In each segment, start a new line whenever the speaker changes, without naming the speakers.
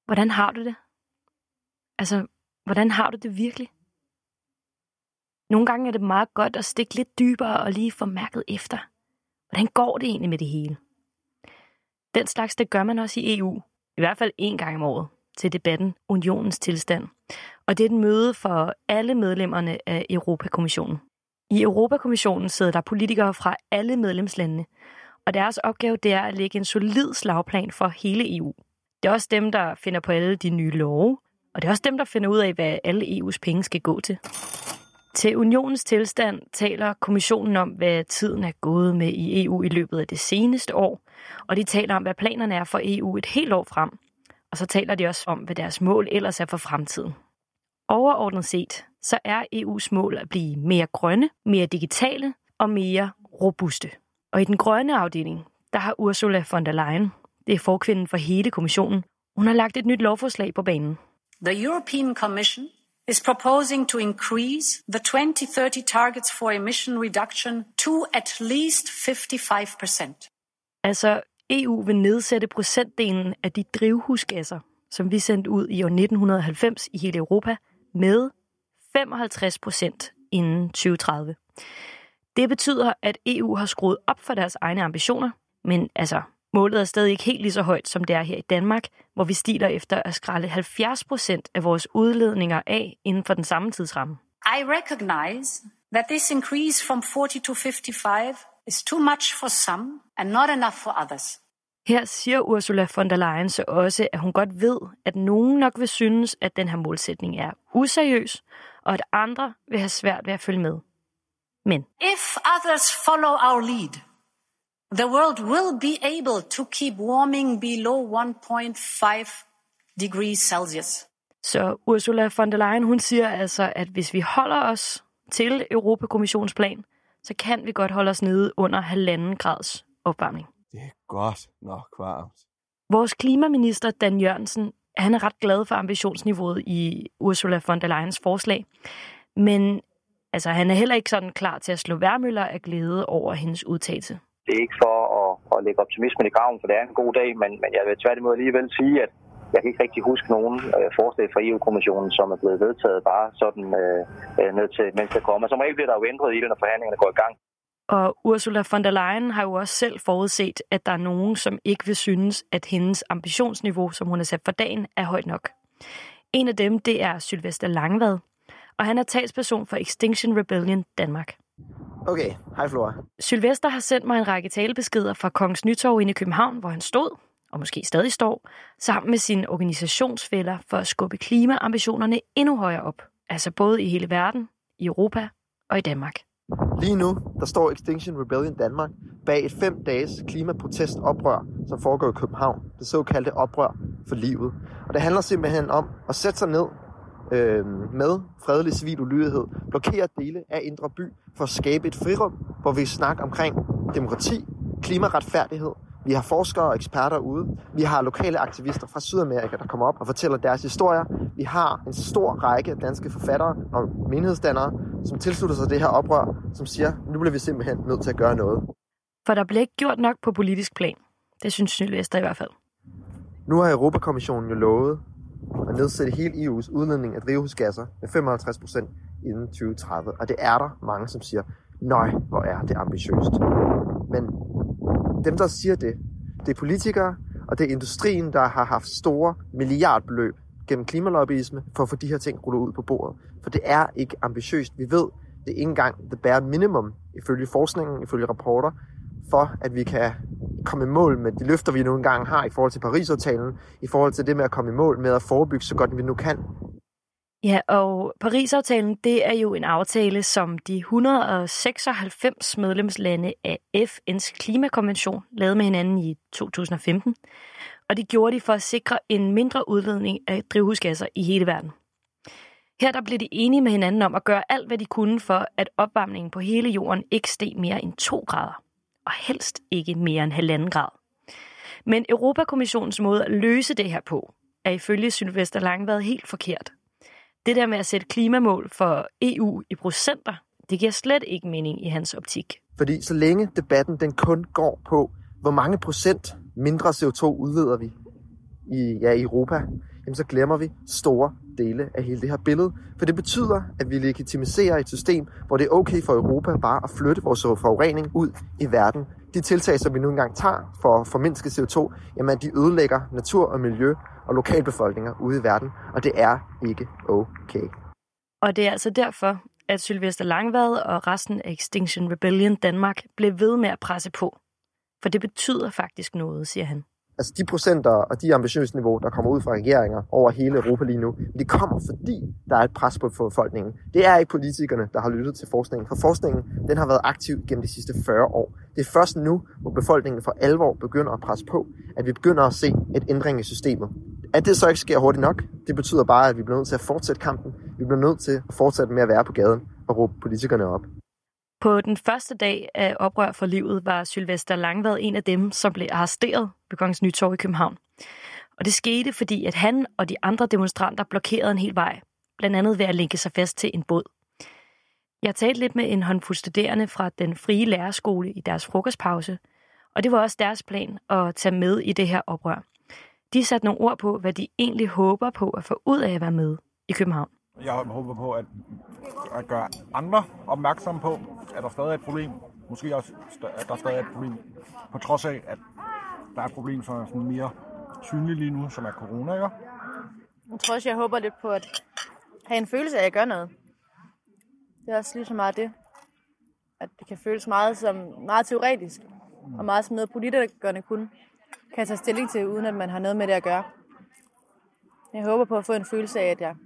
hvordan har du det? Altså, hvordan har du det virkelig? Nogle gange er det meget godt at stikke lidt dybere og lige få mærket efter. Hvordan går det egentlig med det hele? Den slags, det gør man også i EU. I hvert fald 1 gang om året til debatten Unionens tilstand. Og det er et møde for alle medlemmerne af Europakommissionen. I Europakommissionen sidder der politikere fra alle medlemslandene, og deres opgave det er at lægge en solid slagplan for hele EU. Det er også dem, der finder på alle de nye love, og det er også dem, der finder ud af, hvad alle EU's penge skal gå til. Til unionens tilstand taler kommissionen om, hvad tiden er gået med i EU i løbet af det seneste år, og de taler om, hvad planerne er for EU et helt år frem. Og så taler de også om, hvad deres mål ellers er for fremtiden. Overordnet set, så er EU's mål at blive mere grønne, mere digitale og mere robuste. Og i den grønne afdeling, der har Ursula von der Leyen, det er forkvinden for hele kommissionen, hun har lagt et nyt lovforslag på banen.
The European Commission is proposing to increase the 2030 targets for emission reduction to at least 55%.
Altså, EU vil nedsætte procentdelen af de drivhusgasser, som vi sendte ud i år 1990 i hele Europa, med 55% inden 2030. Det betyder, at EU har skruet op for deres egne ambitioner, men altså, målet er stadig ikke helt lige så højt, som det er her i Danmark, hvor vi stiler efter at skrælle 70% af vores udledninger af inden for den samme tidsramme.
I recognize that this increase from 40 to 55 is too much for some and not enough for others.
Her siger Ursula von der Leyen så også, at hun godt ved, at nogen nok vil synes, at den her målsætning er useriøs, og at andre vil have svært ved at følge med. Men
if others follow our lead, the world will be able to keep warming below 1.5 degrees Celsius.
Så Ursula von der Leyen, hun siger altså, at hvis vi holder os til Europakommissionens plan, så kan vi godt holde os nede under 1,5 grads opvarmning.
Det er godt nok varmt.
Vores klimaminister Dan Jørgensen, han er ret glad for ambitionsniveauet i Ursula von der Leyens forslag. Men altså, han er heller ikke sådan klar til at slå vejrmøller af glæde over hendes udtalelse.
Det er ikke for at lægge optimismen i graven, for det er en god dag, men jeg vil tværtimod alligevel sige, at jeg kan ikke rigtig huske nogen forslag fra EU-kommissionen, som er blevet vedtaget bare sådan ned til, mens det kommer. Som regel bliver der jo ændret i det, når forhandlingerne går i gang.
Og Ursula von der Leyen har jo også selv forudset, at der er nogen, som ikke vil synes, at hendes ambitionsniveau, som hun har sat for dagen, er højt nok. En af dem, det er Sylvester Langvad, og han er talsperson for Extinction Rebellion Danmark.
Okay, hej Flora.
Sylvester har sendt mig en række talebeskeder fra Kongens Nytorv inde i København, hvor han stod, og måske stadig står, sammen med sine organisationsfæller for at skubbe klimaambitionerne endnu højere op. Altså både i hele verden, i Europa og i Danmark.
Lige nu, der står Extinction Rebellion Danmark bag et 5-dages klimaprotest-oprør, som foregår i København. Det såkaldte oprør for livet. Og det handler simpelthen om at sætte sig ned med fredelig civil ulydighed, blokere dele af Indre By for at skabe et frirum, hvor vi snakker omkring demokrati, klimaretfærdighed. Vi har forskere og eksperter ude. Vi har lokale aktivister fra Sydamerika, der kommer op og fortæller deres historier. Vi har en stor række af danske forfattere og menighedsdannere, som tilslutter sig det her oprør, som siger, nu bliver vi simpelthen nødt til at gøre noget.
For der bliver ikke gjort nok på politisk plan. Det synes Sylvester i hvert fald.
Nu har Europakommissionen jo lovet at nedsætte hele EU's udledning af drivhusgasser med 55% inden 2030. Og det er der mange, som siger, nøj, hvor er det ambitiøst. Men dem, der siger det, det er politikere, og det er industrien, der har haft store milliardbeløb gennem klimalobbyisme for at få de her ting rullet ud på bordet. For det er ikke ambitiøst. Vi ved, det er ikke engang the bare minimum, ifølge forskningen, ifølge rapporter, for at vi kan komme i mål med de løfter, vi nu engang har i forhold til Paris-aftalen, i forhold til det med at komme i mål med at forebygge så godt, vi nu kan.
Ja, og Paris-aftalen, det er jo en aftale, som de 196 medlemslande af FN's klimakonvention lavede med hinanden i 2015. Og det gjorde de for at sikre en mindre udledning af drivhusgasser i hele verden. Her der blev de enige med hinanden om at gøre alt, hvad de kunne for, at opvarmningen på hele jorden ikke steg mere end 2 grader. Og helst ikke mere end 1,5 grad. Men Europakommissionens måde at løse det her på, er ifølge Sylvester Langvad helt forkert. Det der med at sætte klimamål for EU i procenter, det giver slet ikke mening i hans optik.
Fordi så længe debatten den kun går på, hvor mange procent mindre CO2 udleder vi, i Europa, jamen så glemmer vi store dele af hele det her billede. For det betyder, at vi legitimiserer et system, hvor det er okay for Europa bare at flytte vores forurening ud i verden. De tiltag, som vi nu engang tager for at formindske CO2, jamen de ødelægger natur og miljø og lokalbefolkninger ude i verden, og det er ikke okay.
Og det er altså derfor, at Sylvester Langvad og resten af Extinction Rebellion Danmark blev ved med at presse på. For det betyder faktisk noget, siger han.
Altså de procenter og de ambitiøse niveau, der kommer ud fra regeringer over hele Europa lige nu, det kommer fordi, der er et pres på befolkningen. Det er ikke politikerne, der har lyttet til forskningen. For forskningen, den har været aktiv gennem de sidste 40 år. Det er først nu, hvor befolkningen for alvor begynder at presse på, at vi begynder at se et ændring i systemet. At det så ikke sker hurtigt nok, det betyder bare, at vi bliver nødt til at fortsætte kampen. Vi bliver nødt til at fortsætte med at være på gaden og råbe politikerne op.
På den første dag af Oprør for livet var Sylvester Langvad en af dem, som blev arresteret ved Kongens Nytorv i København. Og det skete, fordi at han og de andre demonstranter blokerede en hel vej, blandt andet ved at lænke sig fast til en båd. Jeg talte lidt med en håndfuld studerende fra den frie lærerskole i deres frokostpause, og det var også deres plan at tage med i det her oprør. De satte nogle ord på, hvad de egentlig håber på at få ud af at være med i København.
Jeg håber på at gøre andre opmærksomme på, at der stadig er et problem. Måske også, at der stadig er et problem, på trods af, at der er et problem, som er sådan mere synligt lige nu, som er corona, ikke?
Jeg tror også, jeg håber lidt på at have en følelse af, at jeg gør noget. Det er også lige så meget det, at det kan føles meget teoretisk, og meget som noget politikerne kun kan tage stilling til, uden at man har noget med det at gøre. Jeg håber på at få en følelse af, at jeg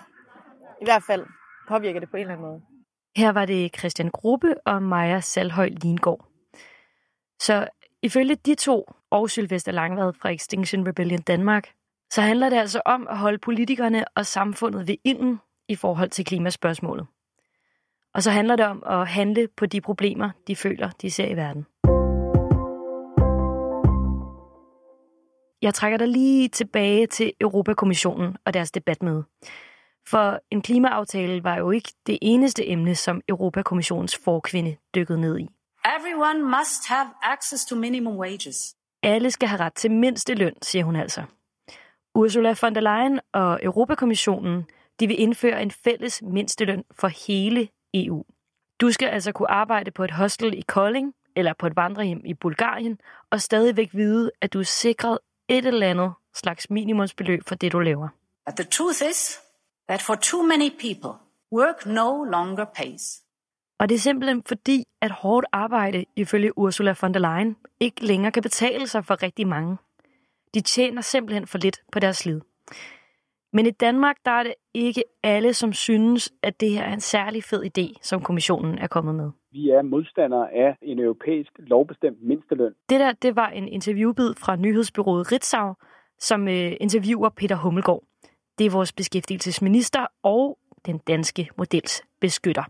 i hvert fald påvirker det på en eller anden måde.
Her var det Christian Grubbe og Maja Salhøj Lingård. Så ifølge de to og Sylvester Langvad fra Extinction Rebellion Danmark, så handler det altså om at holde politikerne og samfundet ved ilden i forhold til klimaspørgsmålet. Og så handler det om at handle på de problemer, de føler, de ser i verden. Jeg trækker dig lige tilbage til Europakommissionen og deres debatmøde. For en klimaaftale var jo ikke det eneste emne, som Europakommissionens forkvinde dykkede ned i.
Everyone must have access to minimum wages.
Alle skal have ret til mindsteløn, siger hun altså. Ursula von der Leyen og Europakommissionen, de vil indføre en fælles mindsteløn for hele EU. Du skal altså kunne arbejde på et hostel i Kolding eller på et vandrehjem i Bulgarien og stadigvæk vide, at du er sikret et eller andet slags minimumsbeløb for det, du laver.
But the truth is that for too many people, work no longer pays.
Og det er simpelthen fordi, at hårdt arbejde, ifølge Ursula von der Leyen, ikke længere kan betale sig for rigtig mange. De tjener simpelthen for lidt på deres slid. Men i Danmark, der er det ikke alle, som synes, at det her er en særlig fed idé, som kommissionen er kommet med.
Vi er modstandere af en europæisk lovbestemt mindsteløn.
Det var en interviewbid fra nyhedsbyrået Ritzau, som interviewer Peter Hummelgaard. Det er vores beskæftigelsesminister og den danske models beskytter.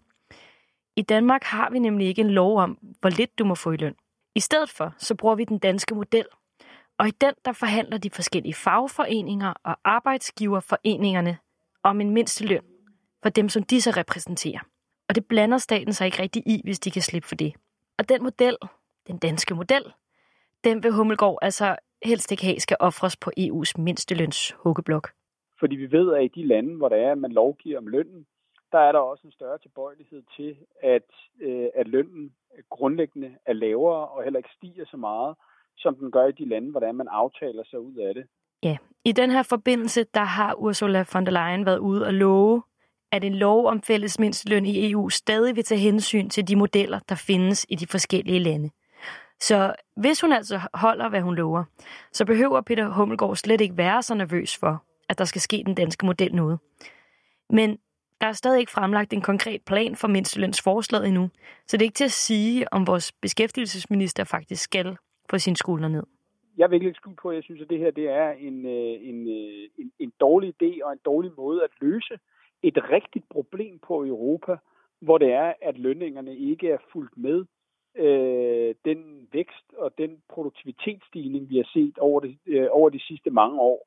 I Danmark har vi nemlig ikke en lov om, hvor lidt du må få i løn. I stedet for, så bruger vi den danske model. Og i den, der forhandler de forskellige fagforeninger og arbejdsgiverforeningerne om en mindsteløn for dem, som de så repræsenterer. Og det blander staten sig ikke rigtig i, hvis de kan slippe for det. Og den model, den danske model, den vil Hummelgaard altså helst ikke have skal ofres på EU's mindsteløns huggeblok.
Fordi vi ved, at i de lande, hvor der er, at man lovgiver om lønnen, der er der også en større tilbøjelighed til, at lønnen grundlæggende er lavere og heller ikke stiger så meget, som den gør i de lande, hvor der er, man aftaler sig ud af det.
Ja, i den her forbindelse, der har Ursula von der Leyen været ude og love, at en lov om fælles mindsteløn i EU stadig vil tage hensyn til de modeller, der findes i de forskellige lande. Så hvis hun altså holder, hvad hun lover, så behøver Peter Hummelgaard slet ikke være så nervøs for, at der skal ske den danske model noget. Men der er stadig ikke fremlagt en konkret plan for mindstelønsforslaget endnu, så det er ikke til at sige, om vores beskæftigelsesminister faktisk skal få sine skuldre ned.
Jeg vil ikke lægge skjul på, at jeg synes, at det her det er en dårlig idé og en dårlig måde at løse et rigtigt problem på Europa, hvor det er, at lønningerne ikke er fulgt med den vækst og den produktivitetsstigning, vi har set over de sidste mange år.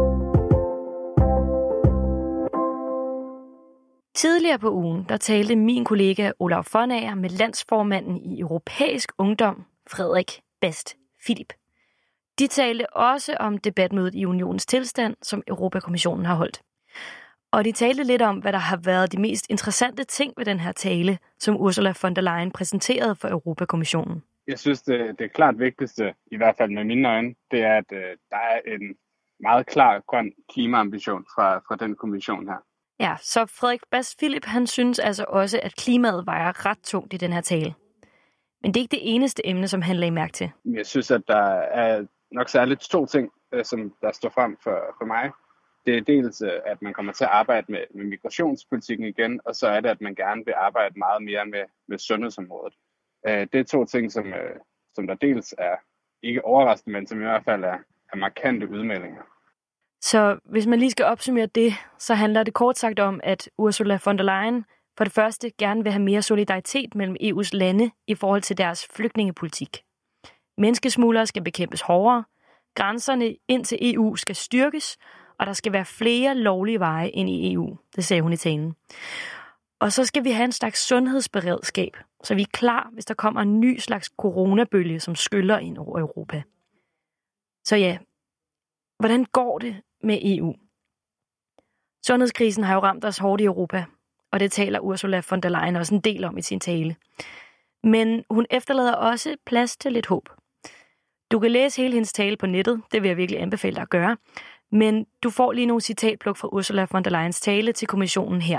Tidligere på ugen, der talte min kollega Olaf Fonager med landsformanden i Europæisk Ungdom, Frederik Bast Philip. De talte også om debatmødet i Unionens tilstand, som Europakommissionen har holdt. Og de talte lidt om, hvad der har været de mest interessante ting ved den her tale, som Ursula von der Leyen præsenterede for Europakommissionen.
Jeg synes, det klart vigtigste, i hvert fald med mine øjne, det er, at der er en meget klar grøn klimaambition fra den kommission her.
Ja, så Frederik Bas Philip, han synes altså også, at klimaet vejer ret tungt i den her tale. Men det er ikke det eneste emne, som han lagde mærke til.
Jeg synes, at der er nok særligt 2 ting, som der står frem for mig. Det er dels, at man kommer til at arbejde med migrationspolitikken igen, og så er det, at man gerne vil arbejde meget mere med sundhedsområdet. Det er 2 ting, som der dels er ikke overraskende, men som i hvert fald er markante udmeldinger.
Så hvis man lige skal opsummere det, så handler det kort sagt om, at Ursula von der Leyen for det første gerne vil have mere solidaritet mellem EU's lande i forhold til deres flygtningepolitik. Menneskesmuglere skal bekæmpes hårdere, grænserne ind til EU skal styrkes, og der skal være flere lovlige veje ind i EU. Det sagde hun i talen. Og så skal vi have en slags sundhedsberedskab, så vi er klar, hvis der kommer en ny slags coronabølge, som skyller ind over Europa. Så ja, hvordan går det med EU? Sundhedskrisen har jo ramt os hårdt i Europa, og det taler Ursula von der Leyen også en del om i sin tale. Men hun efterlader også plads til lidt håb. Du kan læse hele hendes tale på nettet, det vil jeg virkelig anbefale dig at gøre, men du får lige nogle citatpluk fra Ursula von der Leyens tale til kommissionen her.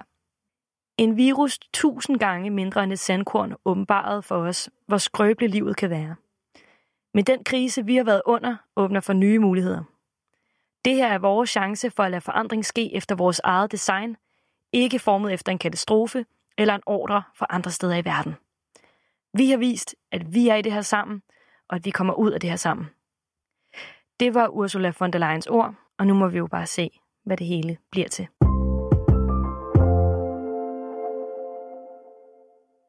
En virus 1000 gange mindre end et sandkorn åbenbarede for os, hvor skrøbeligt livet kan være. Men den krise, vi har været under, åbner for nye muligheder. Det her er vores chance for at lade forandring ske efter vores eget design, ikke formet efter en katastrofe eller en ordre fra andre steder i verden. Vi har vist, at vi er i det her sammen, og at vi kommer ud af det her sammen. Det var Ursula von der Leyens ord, og nu må vi jo bare se, hvad det hele bliver til.